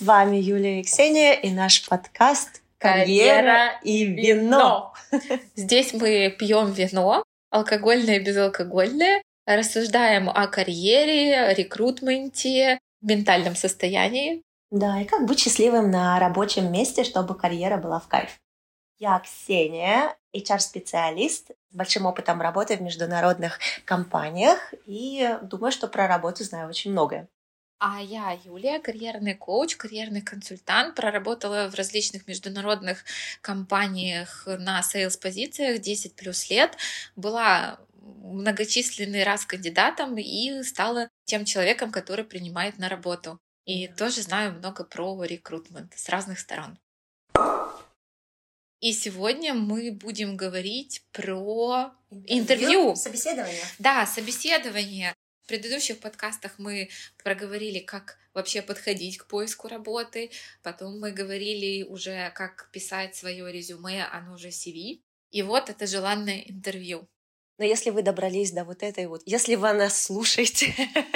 С вами Юлия и Ксения и наш подкаст «Карьера и вино». Здесь мы пьем вино, алкогольное и безалкогольное, рассуждаем о карьере, рекрутменте, ментальном состоянии. Да, и как быть счастливым на рабочем месте, чтобы карьера была в кайф. Я Ксения, HR-специалист с большим опытом работы в международных компаниях и думаю, что про работу знаю очень многое. А я Юлия, карьерный коуч, карьерный консультант, проработала в различных международных компаниях на сейлс-позициях 10 плюс лет, была многочисленный раз кандидатом и стала тем человеком, который принимает на работу. И тоже знаю много про рекрутмент с разных сторон. И сегодня мы будем говорить про интервью. Собеседование. Да, собеседование. В предыдущих подкастах мы проговорили, как вообще подходить к поиску работы. Потом мы говорили уже, как писать свое резюме, оно же CV. И вот это желанное интервью. Но если вы добрались до вот этой вот, если вы нас слушаете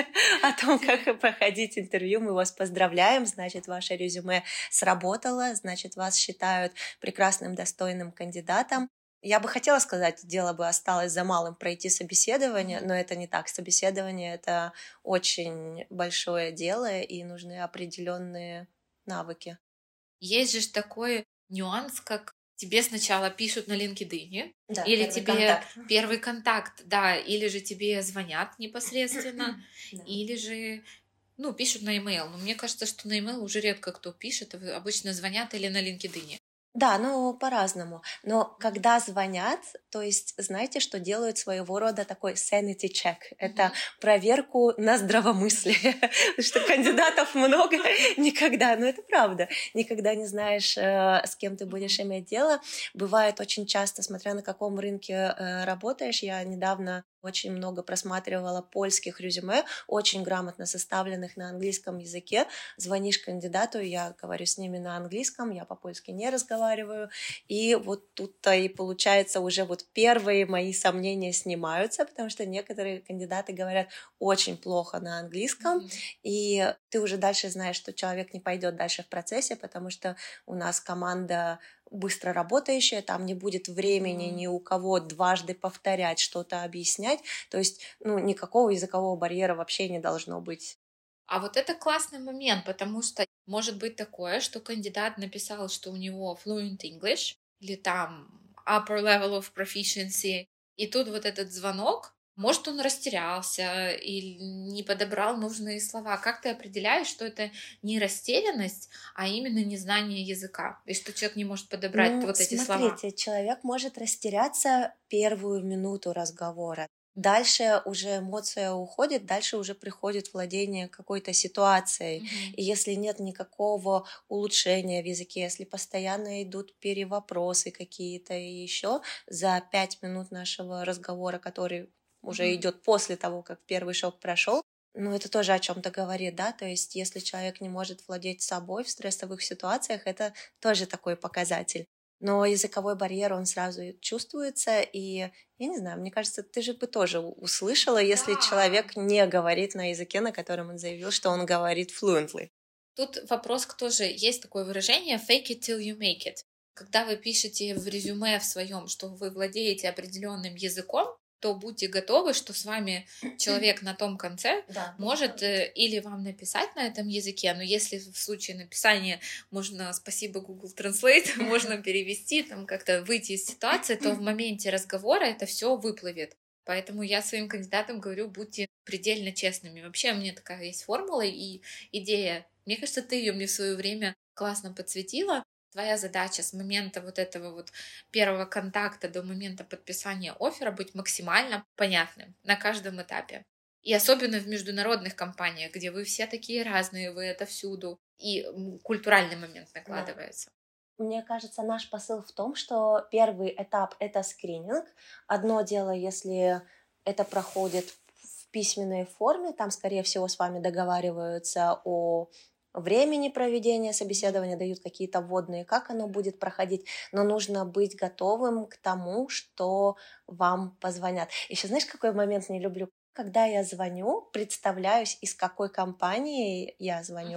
о том, как проходить интервью, мы вас поздравляем, значит, ваше резюме сработало, значит, вас считают прекрасным, достойным кандидатом. Я бы хотела сказать, дело бы осталось за малым пройти собеседование, но это не так. Собеседование — это очень большое дело, и нужны определенные навыки. Есть же такой нюанс, как тебе сначала пишут на LinkedIn, Да, или первый тебе контакт. первый контакт, да, или же тебе звонят непосредственно, Да. или же пишут на e-mail. Но мне кажется, что на e-mail уже редко кто пишет, обычно звонят или на LinkedIn. Да, ну, по-разному. Но когда звонят, то есть, знаете, что делают своего рода такой sanity check. Это проверку на здравомыслие. Потому что кандидатов много никогда, но это правда. Никогда не знаешь, с кем ты будешь иметь дело. Бывает очень часто, смотря на каком рынке работаешь. Я недавно очень много просматривала польских резюме, очень грамотно составленных на английском языке. Звонишь кандидату, я говорю с ними на английском, я по-польски не разговариваю. И вот тут-то и получается уже вот первые мои сомнения снимаются, потому что некоторые кандидаты говорят очень плохо на английском, и ты уже дальше знаешь, что человек не пойдет дальше в процессе, потому что у нас команда быстро работающая, там не будет времени ни у кого дважды повторять, что-то объяснять, то есть никакого языкового барьера вообще не должно быть. А вот это классный момент, потому что может быть такое, что кандидат написал, что у него fluent English или там upper level of proficiency, и тут вот этот звонок, может, он растерялся или не подобрал нужные слова. Как ты определяешь, что это не растерянность, а именно незнание языка, и что человек не может подобрать эти слова? Смотрите, человек может растеряться первую минуту разговора. Дальше уже эмоция уходит, дальше уже приходит владение какой-то ситуацией. И если нет никакого улучшения в языке, если постоянно идут перевопросы какие-то и еще за 5 минут нашего разговора, который уже идет после того, как первый шок прошел, это тоже о чем-то говорит, да, то есть если человек не может владеть собой в стрессовых ситуациях, это тоже такой показатель. Но языковой барьер, он сразу чувствуется, и, я не знаю, мне кажется, ты же бы тоже услышала, если человек не говорит на языке, на котором он заявил, что он говорит fluently. Тут вопрос, кто же, есть такое выражение fake it till you make it. Когда вы пишете в резюме в своем, что вы владеете определенным языком, то будьте готовы, что с вами человек на том конце может или вам написать на этом языке, но если в случае написания можно, спасибо Google Translate, можно перевести, там как-то выйти из ситуации, то в моменте разговора это все выплывет. Поэтому я своим кандидатам говорю, будьте предельно честными. Вообще у меня такая есть формула и идея. Мне кажется, ты ее мне в свое время классно подсветила. Твоя задача с момента вот этого вот первого контакта до момента подписания оффера быть максимально понятным на каждом этапе. И особенно в международных компаниях, где вы все такие разные, вы это всюду, и культуральный момент накладывается. Мне кажется, наш посыл в том, что первый этап — это скрининг. Одно дело, если это проходит в письменной форме, там, скорее всего, с вами договариваются о времени проведения собеседования, дают какие-то вводные, как оно будет проходить, но нужно быть готовым к тому, что вам позвонят. Еще знаешь, какой момент не люблю? Когда я звоню, представляюсь, из какой компании я звоню.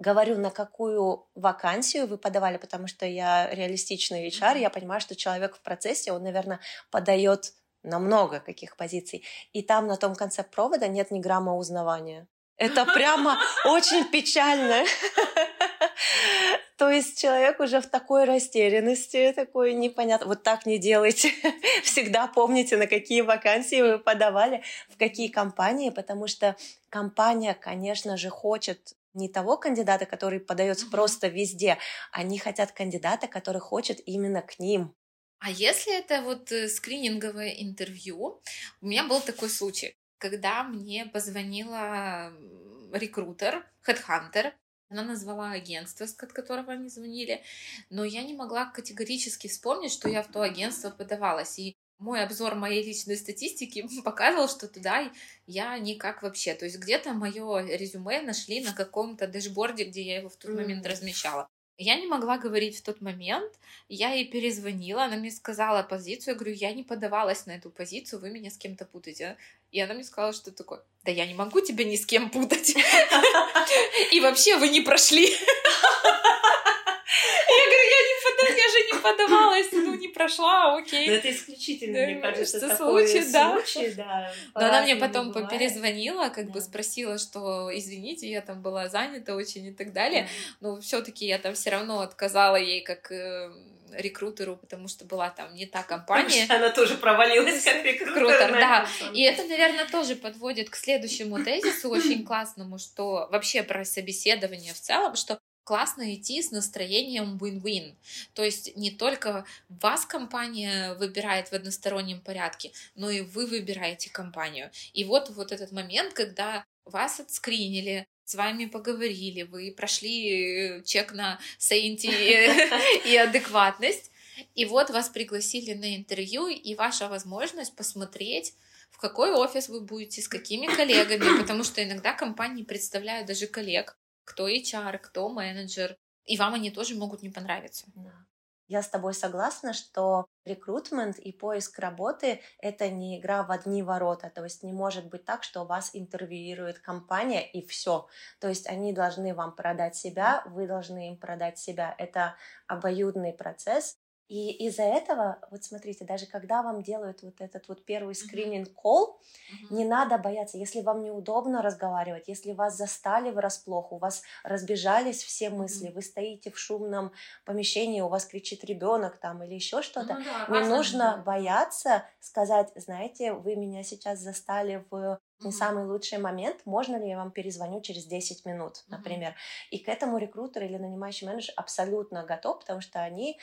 говорю, на какую вакансию вы подавали, потому что я реалистичный HR, я понимаю, что человек в процессе, он, наверное, подает на много каких позиций. И там на том конце провода нет ни грамма узнавания. Это прямо очень печально. То есть человек уже в такой растерянности, такой непонятно. Вот так не делайте. Всегда помните, на какие вакансии вы подавали, в какие компании, потому что компания, конечно же, хочет не того кандидата, который подается просто везде, они хотят кандидата, который хочет именно к ним. А если это вот скрининговое интервью, у меня был такой случай, когда мне позвонила рекрутер, хедхантер, она назвала агентство, от которого они звонили, но я не могла категорически вспомнить, что я в то агентство подавалась. И мой обзор моей личной статистики показывал, что туда я никак вообще. То есть где-то мое резюме нашли на каком-то дэшборде, где я его в тот момент размещала. Я не могла говорить в тот момент, я ей перезвонила, она мне сказала позицию, я говорю, я не подавалась на эту позицию, вы меня с кем-то путаете. И она мне сказала, что такое, да я не могу тебя ни с кем путать. И вообще вы не прошли. Я говорю, я же не подавалась, ну не прошла, окей. Но это исключительно, мне кажется, что такой случай, да. Но она мне потом перезвонила, как бы спросила, что извините, я там была занята очень и так далее, но все-таки я там все равно отказала ей как рекрутеру, потому что была там не та компания. Она тоже провалилась как рекрутер. Да. И это, наверное, тоже подводит к следующему тезису очень классному, что вообще про собеседование в целом, что классно идти с настроением win-win. То есть не только вас компания выбирает в одностороннем порядке, но и вы выбираете компанию. И вот этот момент, когда вас отскринили, с вами поговорили, вы прошли чек на sanity и адекватность, и вот вас пригласили на интервью, и ваша возможность посмотреть, в какой офис вы будете, с какими коллегами, потому что иногда компании представляют даже коллег, кто HR, кто менеджер, и вам они тоже могут не понравиться. Да. Я с тобой согласна, что рекрутмент и поиск работы — это не игра в одни ворота, то есть не может быть так, что вас интервьюирует компания и все. То есть они должны вам продать себя, вы должны им продать себя. Это обоюдный процесс. И из-за этого, вот смотрите, даже когда вам делают вот этот вот первый скрининг-колл, не надо бояться, если вам неудобно разговаривать, если вас застали врасплох, у вас разбежались все мысли, вы стоите в шумном помещении, у вас кричит ребенок там или еще что-то, не нужно бояться сказать, знаете, вы меня сейчас застали в не самый лучший момент, можно ли я вам перезвоню через 10 минут, например. И к этому рекрутер или нанимающий менеджер абсолютно готов, потому что они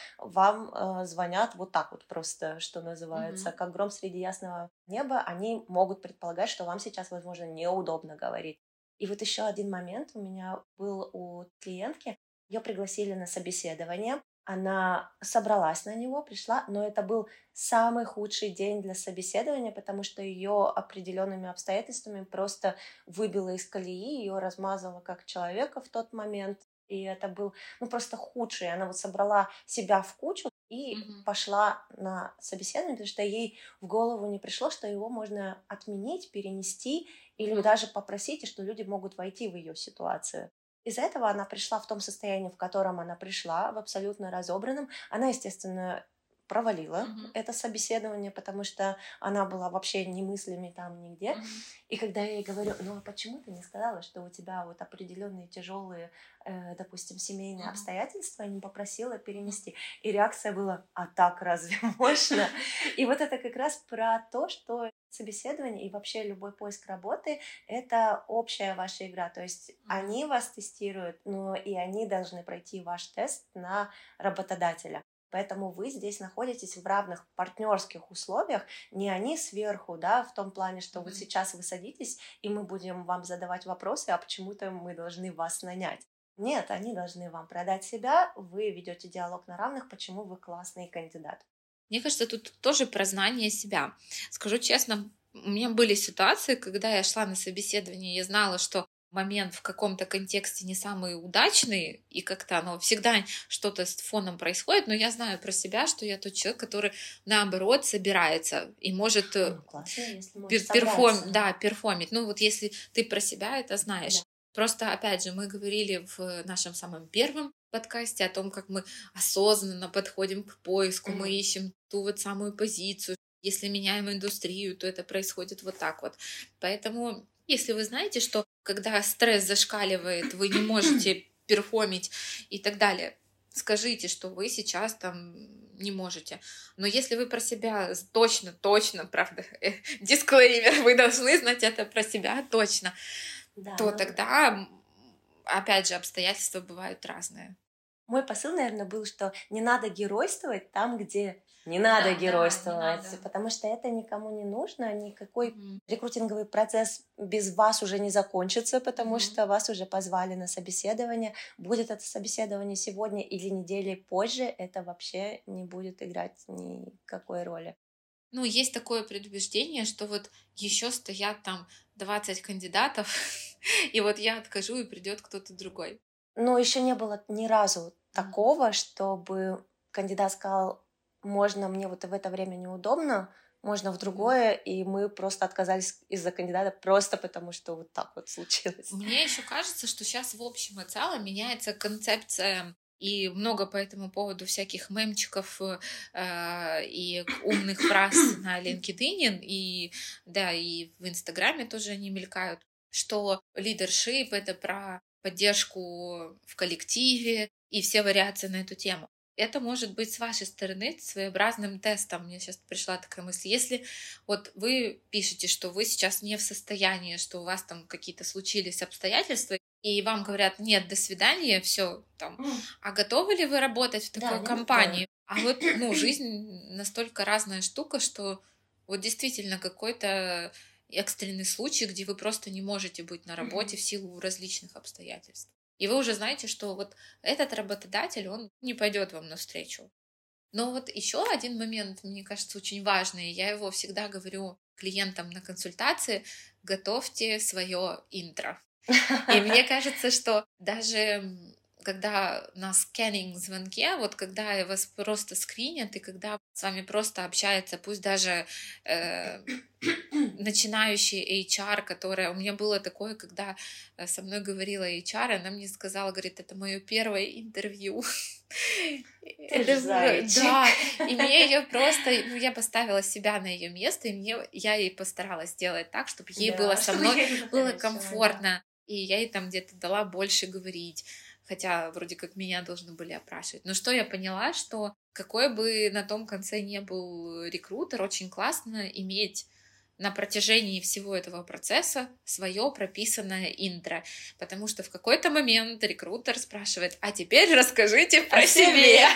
вам звонят вот так вот просто, что называется, как гром среди ясного неба, они могут предполагать, что вам сейчас, возможно, неудобно говорить. И вот еще один момент у меня был у клиентки, ее пригласили на собеседование, она собралась на него, пришла, но это был самый худший день для собеседования, потому что ее определенными обстоятельствами просто выбило из колеи, ее размазало как человека в тот момент, и это был просто худший. Она вот собрала себя в кучу и пошла на собеседование, потому что ей в голову не пришло, что его можно отменить, перенести или даже попросить, и что люди могут войти в ее ситуацию. Из-за этого она пришла в том состоянии, в котором она пришла, в абсолютно разобранном. Она, естественно, провалила это собеседование, потому что она была вообще ни мыслями там, нигде. И когда я ей говорю, а почему ты не сказала, что у тебя вот определенные тяжелые, допустим, семейные обстоятельства, не попросила перенести? И реакция была, а так разве можно? И вот это как раз про то, что собеседование и вообще любой поиск работы — это общая ваша игра. То есть они вас тестируют, но и они должны пройти ваш тест на работодателя. Поэтому вы здесь находитесь в равных партнерских условиях, не они сверху, да, в том плане, что вот сейчас вы садитесь, и мы будем вам задавать вопросы, а почему-то мы должны вас нанять. Нет, они должны вам продать себя, вы ведете диалог на равных, почему вы классный кандидат. Мне кажется, тут тоже про знание себя. Скажу честно, у меня были ситуации, когда я шла на собеседование, я знала, что момент в каком-то контексте не самый удачный, и как-то оно всегда что-то с фоном происходит, но я знаю про себя, что я тот человек, который наоборот собирается и может классно, если перформить. Ну вот если ты про себя это знаешь. Просто, опять же, мы говорили в нашем самом первом подкасте о том, как мы осознанно подходим к поиску, мы ищем ту вот самую позицию. Если меняем индустрию, то это происходит вот так вот. Поэтому, если вы знаете, что когда стресс зашкаливает, вы не можете перформить и так далее, скажите, что вы сейчас там не можете. Но если вы про себя точно, правда, дисклеймер, вы должны знать это про себя точно, Да, то тогда, опять же, обстоятельства бывают разные. Мой посыл, наверное, был, что не надо геройствовать там, где не надо геройствовать, не надо. потому что это никому не нужно, никакой рекрутинговый процесс без вас уже не закончится, потому что вас уже позвали на собеседование. Будет это собеседование сегодня или недели позже, это вообще не будет играть никакой роли. Ну, есть такое предубеждение, что вот еще стоят там 20 кандидатов, и вот я откажу, и придет кто-то другой. Но еще не было ни разу такого, чтобы кандидат сказал, можно, мне вот в это время неудобно, можно в другое, и мы просто отказались из-за кандидата просто потому, что вот так вот случилось. Мне еще кажется, что сейчас в общем и целом меняется концепция, и много по этому поводу всяких мемчиков и умных фраз на LinkedIn, и да, и в Инстаграме тоже они мелькают, что лидершип — это про поддержку в коллективе и все вариации на эту тему. Это может быть с вашей стороны своеобразным тестом. Мне сейчас пришла такая мысль. Если вот вы пишете, что вы сейчас не в состоянии, что у вас там какие-то случились обстоятельства, и вам говорят, нет, до свидания, все там. А готовы ли вы работать в такой компании? А вот, жизнь настолько разная штука, что вот действительно какой-то экстренный случай, где вы просто не можете быть на работе в силу различных обстоятельств. И вы уже знаете, что вот этот работодатель, он не пойдет вам навстречу. Но вот еще один момент, мне кажется, очень важный. Я его всегда говорю клиентам на консультации: готовьте свое интро. И мне кажется, что даже когда на сканинг-звонке, вот когда вас просто скринят, и когда с вами просто общается, пусть даже начинающий HR, которая... У меня было такое, когда со мной говорила HR, она мне сказала, говорит, это мое первое интервью. Да, и мне ее просто... я поставила себя на ее место, и я ей постаралась сделать так, чтобы ей было со мной было комфортно. И я ей там где-то дала больше говорить, хотя вроде как меня должны были опрашивать. Но что я поняла, что какой бы на том конце не был рекрутер, очень классно иметь на протяжении всего этого процесса свое прописанное интро, потому что в какой-то момент рекрутер спрашивает: а теперь расскажите про себя.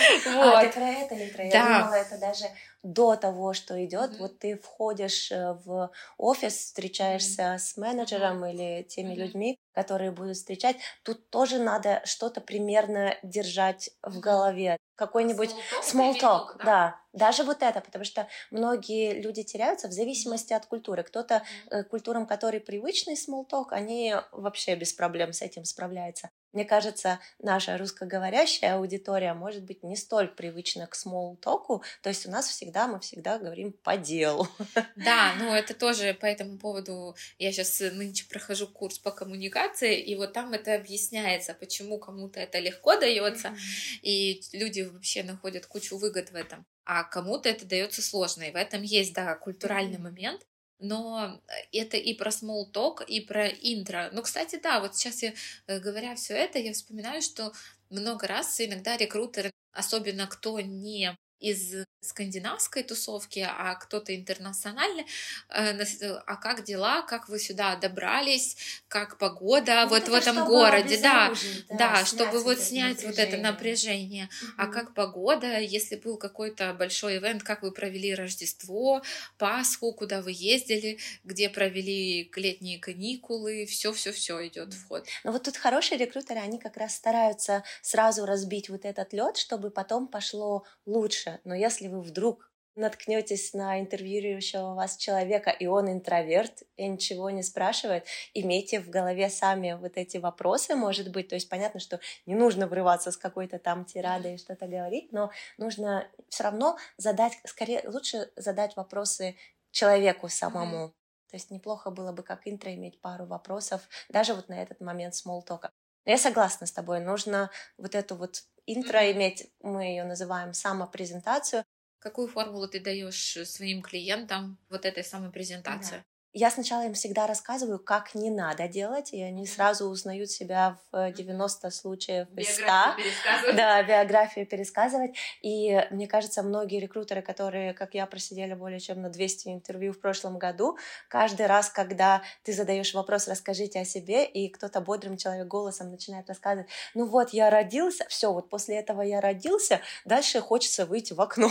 А ты про это или про это? Я думала, это даже до того, что идет. Вот ты входишь в офис, встречаешься с менеджером или теми людьми, которые будут встречать. Тут тоже надо что-то примерно держать в голове. Какой-нибудь small talk, да. Даже вот это, потому что многие люди теряются в зависимости от культуры. Кто-то культурам, которые привычный small talk, они вообще без проблем с этим справляются. Мне кажется, наша русскоговорящая аудитория может быть не столь привычна к small talk, то есть мы всегда говорим по делу. Да, это тоже по этому поводу. Я сейчас нынче прохожу курс по коммуникации, и вот там это объясняется, почему кому-то это легко дается, и люди вообще находят кучу выгод в этом, а кому-то это дается сложно, и в этом есть, да, культуральный момент. Но это и про small talk, и про интро. Кстати, да, вот сейчас говоря все это, я вспоминаю, что много раз иногда рекрутеры, особенно кто не из скандинавской тусовки, а кто-то интернациональный, а как дела, как вы сюда добрались, как погода вот в этом городе, да, чтобы вот снять вот это напряжение. А как погода, если был какой-то большой ивент, как вы провели Рождество, Пасху, куда вы ездили, где провели летние каникулы, все идет в ход. Вот тут хорошие рекрутеры, они как раз стараются сразу разбить вот этот лед, чтобы потом пошло лучше. Но если вы вдруг наткнетесь на интервьюирующего вас человека, и он интроверт, и ничего не спрашивает, имейте в голове сами вот эти вопросы, может быть. То есть понятно, что не нужно врываться с какой-то там тирадой и что-то говорить, но нужно все равно лучше задать вопросы человеку самому. То есть неплохо было бы как интро иметь пару вопросов, даже вот на этот момент смолтока. Я согласна с тобой, нужно вот эту вот интро иметь, мы ее называем самопрезентацию. Какую формулу ты даешь своим клиентам вот этой самопрезентации? Да. Я сначала им всегда рассказываю, как не надо делать, и они сразу узнают себя в 90 случаев из 100. Да, биографию пересказывать. И мне кажется, многие рекрутеры, которые, как я, просидели более чем на 200 интервью в прошлом году, каждый раз, когда ты задаешь вопрос «расскажите о себе», и кто-то бодрым человек голосом начинает рассказывать, ну вот, я родился, все, вот после этого я родился, дальше хочется выйти в окно.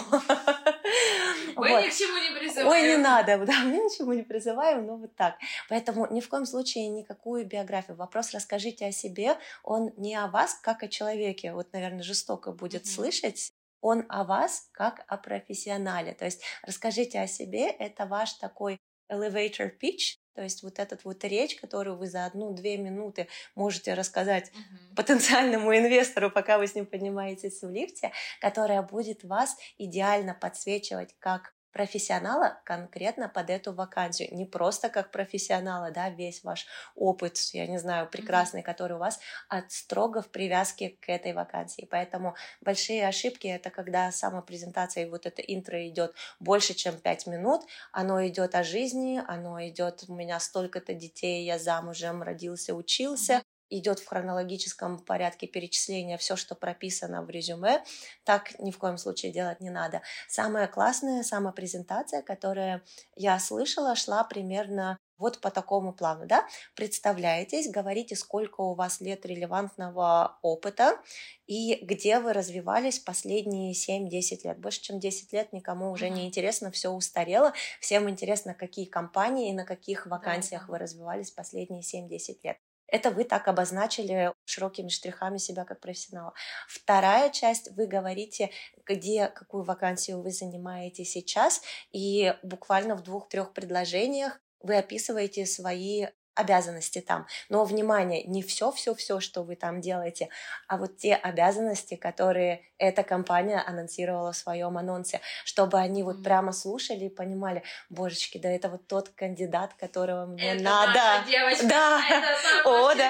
Мы ни к чему не призываем. Ой, не надо, да, мы ни к чему не призываем, но вот так. Поэтому ни в коем случае никакую биографию. Вопрос «расскажите о себе», он не о вас, как о человеке. Вот, наверное, жестоко будет слышать. Он о вас, как о профессионале. То есть расскажите о себе, это ваш такой elevator pitch, то есть вот этот вот речь, которую вы за 1-2 минуты можете рассказать потенциальному инвестору, пока вы с ним поднимаетесь в лифте, которая будет вас идеально подсвечивать как профессионала конкретно под эту вакансию. Не просто как профессионала, да, весь ваш опыт, я не знаю, прекрасный, который у вас, строго в привязке к этой вакансии. Поэтому большие ошибки — это когда самопрезентация и вот это интро идет больше, чем 5 минут, оно идет о жизни, оно идет у меня столько-то детей, я замужем, родился, учился, идет в хронологическом порядке перечисления все, что прописано в резюме. Так ни в коем случае делать не надо. Самая классная самопрезентация, которая я слышала, шла примерно вот по такому плану, да? Представляетесь, говорите, сколько у вас лет релевантного опыта и где вы развивались последние 7-10 лет. Больше, чем 10 лет никому уже не интересно, все устарело. Всем интересно, какие компании и на каких вакансиях вы развивались последние 7-10 лет. Это вы так обозначили широкими штрихами себя как профессионала. Вторая часть, вы говорите, где, какую вакансию вы занимаете сейчас, и буквально в 2-3 предложениях вы описываете свои обязанности там. Но, внимание, не все, что вы там делаете, а вот те обязанности, которые эта компания анонсировала в своем анонсе, чтобы они вот прямо слушали и понимали, божечки, да это вот тот кандидат, которого мне это надо. Наша девочка. Да, о, да,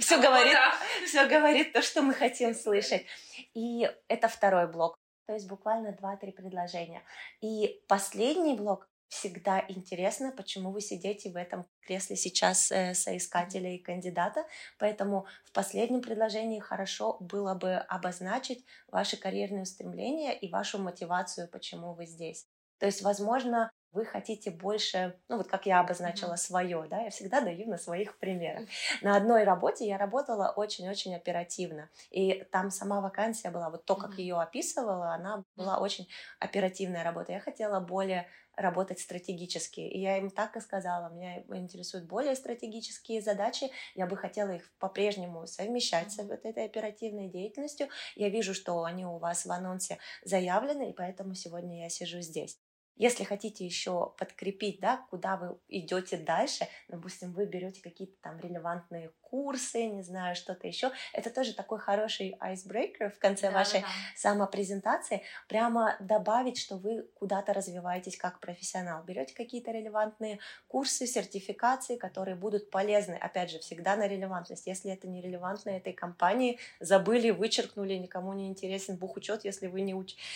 все говорит то, что мы хотим слышать. И это второй блок. То есть буквально 2-3 предложения. И последний блок. Всегда интересно, почему вы сидите в этом кресле сейчас соискателя и кандидата. Поэтому в последнем предложении хорошо было бы обозначить ваши карьерные устремления и вашу мотивацию, почему вы здесь. То есть, возможно, вы хотите больше, ну вот как я обозначила свое, да, я всегда даю на своих примерах. На одной работе я работала очень-очень оперативно, и там сама вакансия была, вот то, как ее описывала, она была очень оперативная работа. Я хотела более работать стратегически. И я им так и сказала, меня интересуют более стратегические задачи, я бы хотела их по-прежнему совмещать с вот этой оперативной деятельностью. Я вижу, что они у вас в анонсе заявлены, и поэтому сегодня я сижу здесь. Если хотите еще подкрепить, да, куда вы идете дальше, допустим, вы берете какие-то там релевантные курсы, не знаю, что-то еще, это тоже такой хороший icebreaker в конце вашей самопрезентации, прямо добавить, что вы куда-то развиваетесь как профессионал. Берете какие-то релевантные курсы, сертификации, которые будут полезны, опять же, всегда на релевантность. Если это не релевантно этой компании, забыли, вычеркнули, никому не интересен бухучет, если вы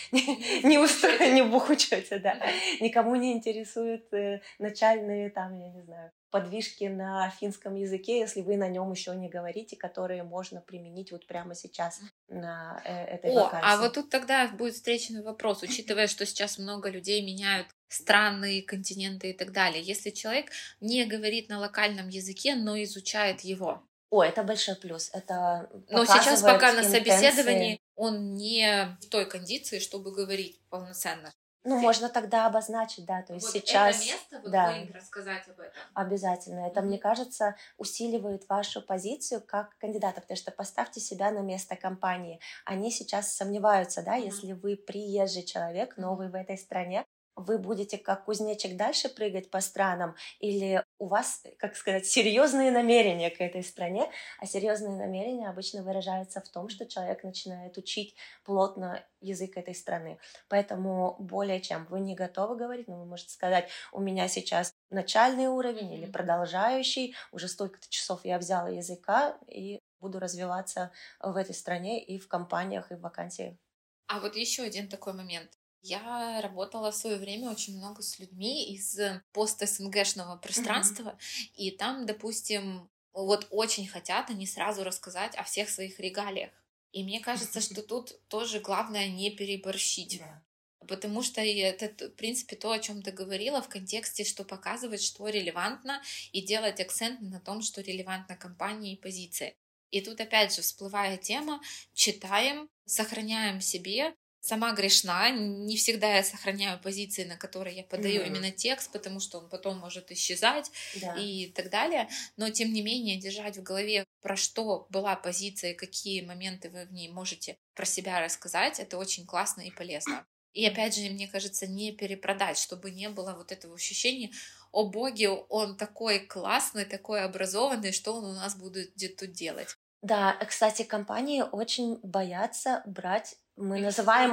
не бухучете, да. Никому не интересуют начальные, там, я не знаю, подвижки на финском языке, если вы на нем еще не говорите, которые можно применить вот прямо сейчас на этой вакансии. А вот тут тогда будет встречный вопрос, учитывая, что сейчас много людей меняют страны, континенты и так далее. Если человек не говорит на локальном языке, но изучает его. Это большой плюс. Это но сейчас пока на собеседовании он не в той кондиции, чтобы говорить полноценно. Можно тогда обозначить, да, то есть вот сейчас... это место, да, рассказать об этом. Обязательно. Это, мне кажется, усиливает вашу позицию как кандидата, потому что поставьте себя на место компании. Они сейчас сомневаются, да, если вы приезжий человек, новый в этой стране, вы будете как кузнечик дальше прыгать по странам, или у вас, как сказать, серьезные намерения к этой стране, а серьезные намерения обычно выражаются в том, что человек начинает учить плотно язык этой страны. Поэтому более чем вы не готовы говорить, но вы можете сказать, у меня сейчас начальный уровень или продолжающий, уже столько-то часов я взяла языка и буду развиваться в этой стране и в компаниях, и в вакансиях. А вот еще один такой момент. Я работала в свое время очень много с людьми из пост-СНГшного пространства, и там, допустим, вот очень хотят они сразу рассказать о всех своих регалиях. И мне кажется, что тут тоже главное не переборщить. Потому что это, в принципе, то, о чем ты говорила, в контексте, что показывать, что релевантно, и делать акцент на том, что релевантно компании и позиции. И тут опять же всплывает тема, читаем, сохраняем себе. Сама грешна, не всегда я сохраняю позиции, на которые я подаю именно текст, потому что он потом может исчезать и так далее. Но тем не менее держать в голове, про что была позиция, какие моменты вы в ней можете про себя рассказать, это очень классно и полезно. И опять же, мне кажется, не перепродать, чтобы не было вот этого ощущения, о боге, он такой классный, такой образованный, что он у нас будет тут делать. Да, кстати, компании очень боятся брать, мы называем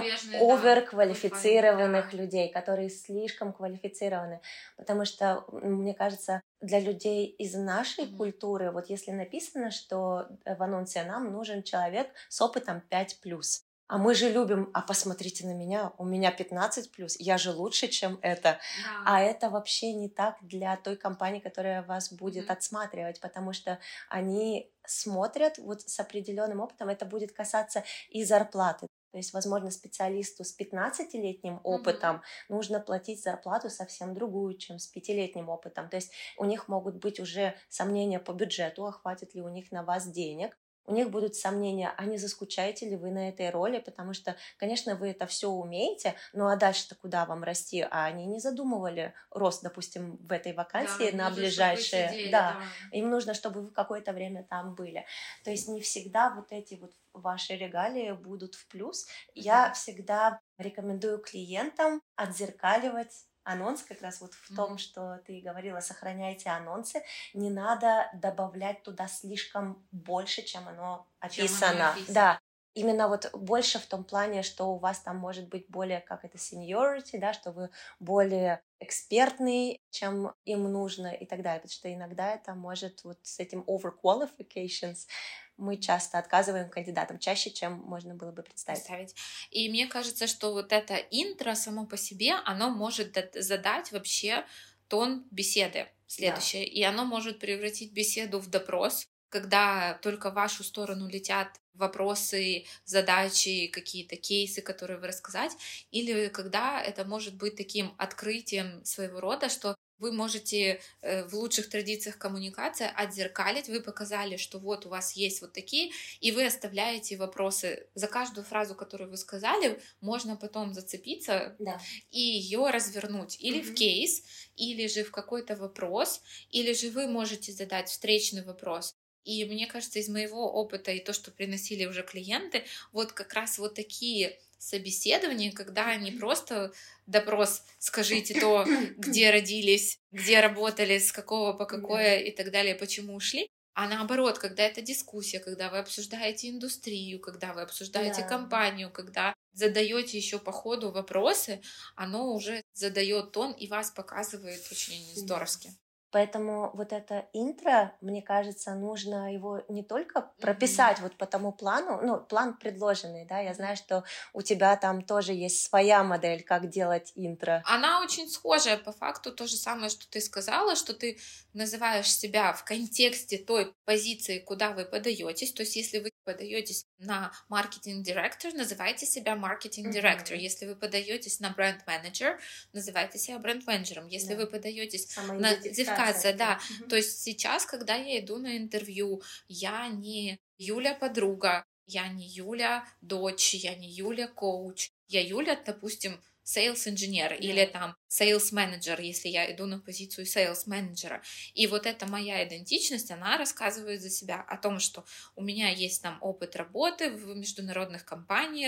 оверквалифицированных людей, которые слишком квалифицированы, потому что, мне кажется, для людей из нашей культуры, вот если написано, что в анонсе нам нужен человек с опытом 5+, а мы же любим, а посмотрите на меня, у меня 15+, я же лучше, чем это. А это вообще не так для той компании, которая вас будет отсматривать, потому что они смотрят вот с определенным опытом, это будет касаться и зарплаты. То есть, возможно, специалисту с 15-летним опытом нужно платить зарплату совсем другую, чем с 5-летним опытом. То есть у них могут быть уже сомнения по бюджету, а хватит ли у них на вас денег. У них будут сомнения, а не заскучаете ли вы на этой роли, потому что, конечно, вы это все умеете, ну а дальше-то куда вам расти? А они не задумывали рост, допустим, в этой вакансии на ближайшие... Сидели, им нужно, чтобы вы какое-то время там были. То есть не всегда вот эти вот ваши регалии будут в плюс. Я всегда рекомендую клиентам отзеркаливать анонс как раз вот в том, что ты говорила, сохраняйте анонсы, не надо добавлять туда слишком больше, чем оно описано. Да, именно вот больше в том плане, что у вас там может быть более, как это, seniority, да, что вы более экспертный, чем им нужно и так далее, потому что иногда это может вот с этим overqualifications мы часто отказываем кандидатам, чаще, чем можно было бы представить. И мне кажется, что вот это интро само по себе, оно может задать вообще тон беседы следующее, и оно может превратить беседу в допрос, когда только в вашу сторону летят вопросы, задачи, какие-то кейсы, которые вы рассказать, или когда это может быть таким открытием своего рода, что вы можете в лучших традициях коммуникации отзеркалить, вы показали, что вот у вас есть вот такие, и вы оставляете вопросы. За каждую фразу, которую вы сказали, можно потом зацепиться и ее развернуть или в кейс, или же в какой-то вопрос, или же вы можете задать встречный вопрос. И мне кажется, из моего опыта и то, что приносили уже клиенты, вот как раз вот такие собеседования, когда не просто допрос, скажите то, где родились, где работали, с какого по какое и так далее, почему ушли, а наоборот, когда это дискуссия, когда вы обсуждаете индустрию, когда вы обсуждаете компанию, когда задаете еще по ходу вопросы, оно уже задает тон и вас показывает очень здоровски. Поэтому вот это интро, мне кажется, нужно его не только прописать вот по тому плану, ну, план предложенный, да, я знаю, что у тебя там тоже есть своя модель, как делать интро. Она очень схожая по факту, то же самое, что ты сказала, что ты называешь себя в контексте той позиции, куда вы подаетесь, то есть если вы подаетесь на маркетинг-директор, называйте себя маркетинг-директор, если вы подаетесь на бренд-менеджер, называйте себя бренд-менеджером, если вы подаетесь на идентификация, то есть сейчас, когда я иду на интервью, я не Юля подруга, я не Юля дочь, я не Юля коуч, я Юля, допустим, sales инженер или там sales менеджер, если я иду на позицию sales менеджера. И вот эта моя идентичность, она рассказывает за себя о том, что у меня есть там опыт работы в международных компаниях,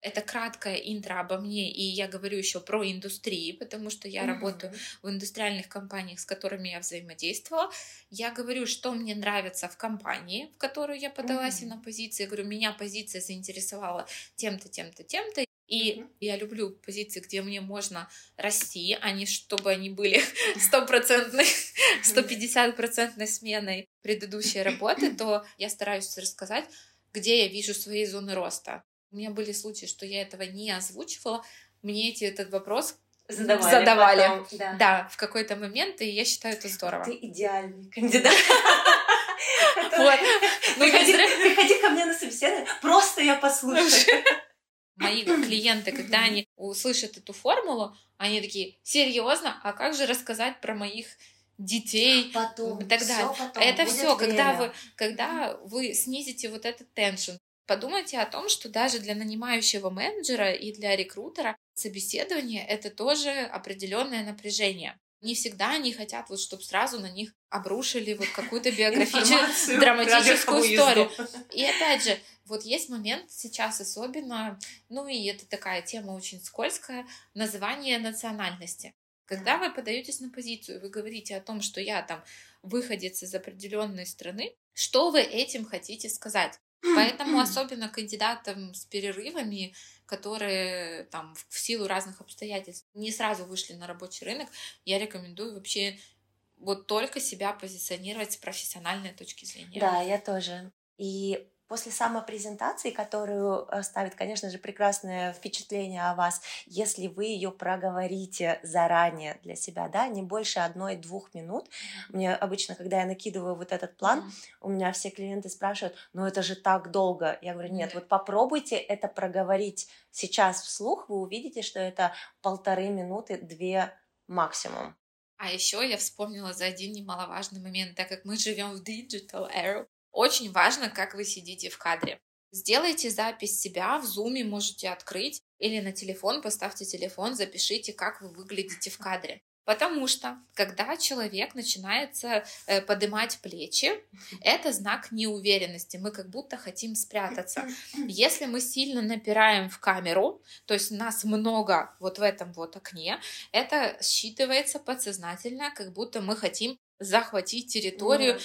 Это краткое интро обо мне, и я говорю еще про индустрии, потому что я работаю в индустриальных компаниях, с которыми я взаимодействовала. Я говорю, что мне нравится в компании, в которую я подалась на позиции. Я говорю, меня позиция заинтересовала тем-то, тем-то, тем-то. И я люблю позиции, где мне можно расти, а не чтобы они были 100%, 150% сменой предыдущей работы, то я стараюсь рассказать, где я вижу свои зоны роста. У меня были случаи, что я этого не озвучивала, мне этот вопрос задавали. Потом, да, в какой-то момент, и я считаю это здорово. Ты идеальный кандидат. Приходи ко мне на собеседование, просто я послушаю. Мои клиенты, когда они услышат эту формулу, они такие, серьезно, а как же рассказать про моих детей потом, и так далее. Это все, когда вы снизите вот этот теншн. Подумайте о том, что даже для нанимающего менеджера и для рекрутера собеседование — это тоже определенное напряжение. Не всегда они хотят, вот, чтобы сразу на них обрушили вот какую-то биографическую, драматическую историю. И опять же, вот есть момент сейчас особенно, ну и это такая тема очень скользкая, название национальности. Когда вы подаетесь на позицию, вы говорите о том, что я там выходец из определенной страны, что вы этим хотите сказать? Поэтому особенно кандидатам с перерывами, которые там в силу разных обстоятельств не сразу вышли на рабочий рынок, я рекомендую вообще вот только себя позиционировать с профессиональной точки зрения. Да, я тоже. И после самопрезентации, которую оставит, конечно же, прекрасное впечатление о вас, если вы ее проговорите заранее для себя, да, не больше 1-2 минут. Мне обычно, когда я накидываю вот этот план, у меня все клиенты спрашивают, ну это же так долго. Я говорю, нет, вот попробуйте это проговорить сейчас вслух, вы увидите, что это 1,5 минуты, 2 максимум. А еще я вспомнила за один немаловажный момент, так как мы живем в digital era, очень важно, как вы сидите в кадре. Сделайте запись себя, в зуме можете открыть, или на телефон, поставьте телефон, запишите, как вы выглядите в кадре. Потому что, когда человек начинает поднимать плечи, это знак неуверенности. Мы как будто хотим спрятаться. Если мы сильно напираем в камеру, то есть нас много вот в этом вот окне, это считывается подсознательно, как будто мы хотим захватить территорию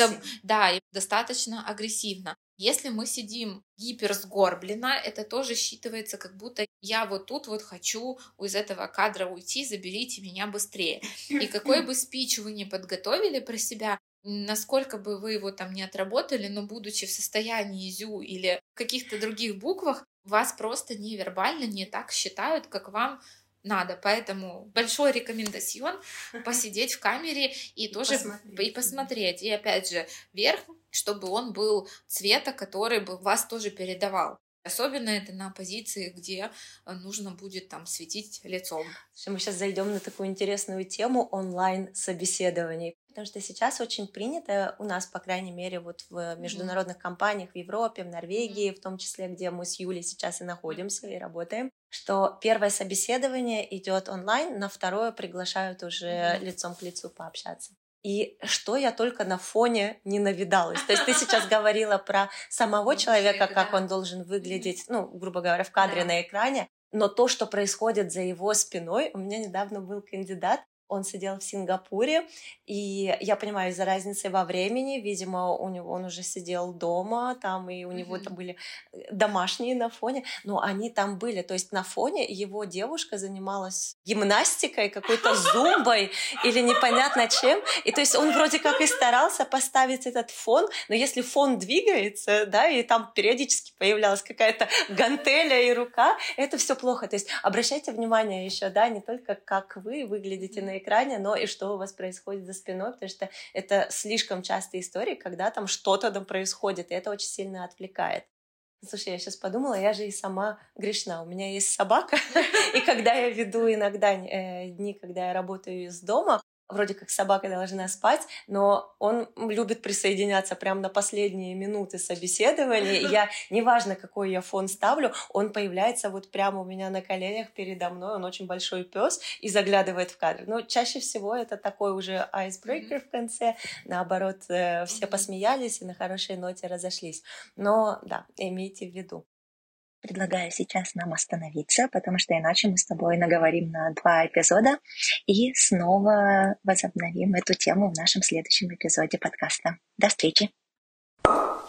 и достаточно агрессивно. Если мы сидим гиперсгорбленно, это тоже считывается, как будто я вот тут вот хочу из этого кадра уйти, заберите меня быстрее. И какой бы спич вы ни подготовили про себя, насколько бы вы его там не отработали, но будучи в состоянии зю или в каких-то других буквах, вас просто невербально не так считают, как вам надо. Поэтому большой рекомендацион посидеть в камере и тоже посмотреть. И опять же, верх, чтобы он был цвета, который бы вас тоже передавал. Особенно это на позиции, где нужно будет там светить лицом. Мы сейчас зайдем на такую интересную тему онлайн-собеседований. Потому что сейчас очень принято у нас, по крайней мере, вот в международных компаниях в Европе, в Норвегии, в том числе, где мы с Юлей сейчас и находимся и работаем, что первое собеседование идет онлайн, на второе приглашают уже лицом к лицу пообщаться. И что я только на фоне не навидалась. То есть ты сейчас говорила про самого человека, как он должен выглядеть, ну, грубо говоря, в кадре на экране, но то, что происходит за его спиной, у меня недавно был кандидат, он сидел в Сингапуре, и я понимаю, из-за разницы во времени, видимо, он уже сидел дома, там, и у него там были домашние на фоне, но они там были, то есть на фоне его девушка занималась гимнастикой, какой-то зумбой или непонятно чем, и то есть он вроде как и старался поставить этот фон, но если фон двигается, да, и там периодически появлялась какая-то гантеля и рука, это все плохо, то есть обращайте внимание еще, да, не только как вы выглядите на экране, но и что у вас происходит за спиной, потому что это слишком частые истории, когда там что-то там происходит, и это очень сильно отвлекает. Слушай, я сейчас подумала, я же и сама грешна. У меня есть собака, и когда я веду иногда дни, когда я работаю из дома, вроде как собака должна спать, но он любит присоединяться прямо на последние минуты собеседования. И я, неважно, какой я фон ставлю, он появляется вот прямо у меня на коленях передо мной. Он очень большой пес и заглядывает в кадр. Но чаще всего это такой уже icebreaker в конце. Наоборот, все посмеялись и на хорошей ноте разошлись. Но да, имейте в виду. Предлагаю сейчас нам остановиться, потому что иначе мы с тобой наговорим на 2 эпизода и снова возобновим эту тему в нашем следующем эпизоде подкаста. До встречи!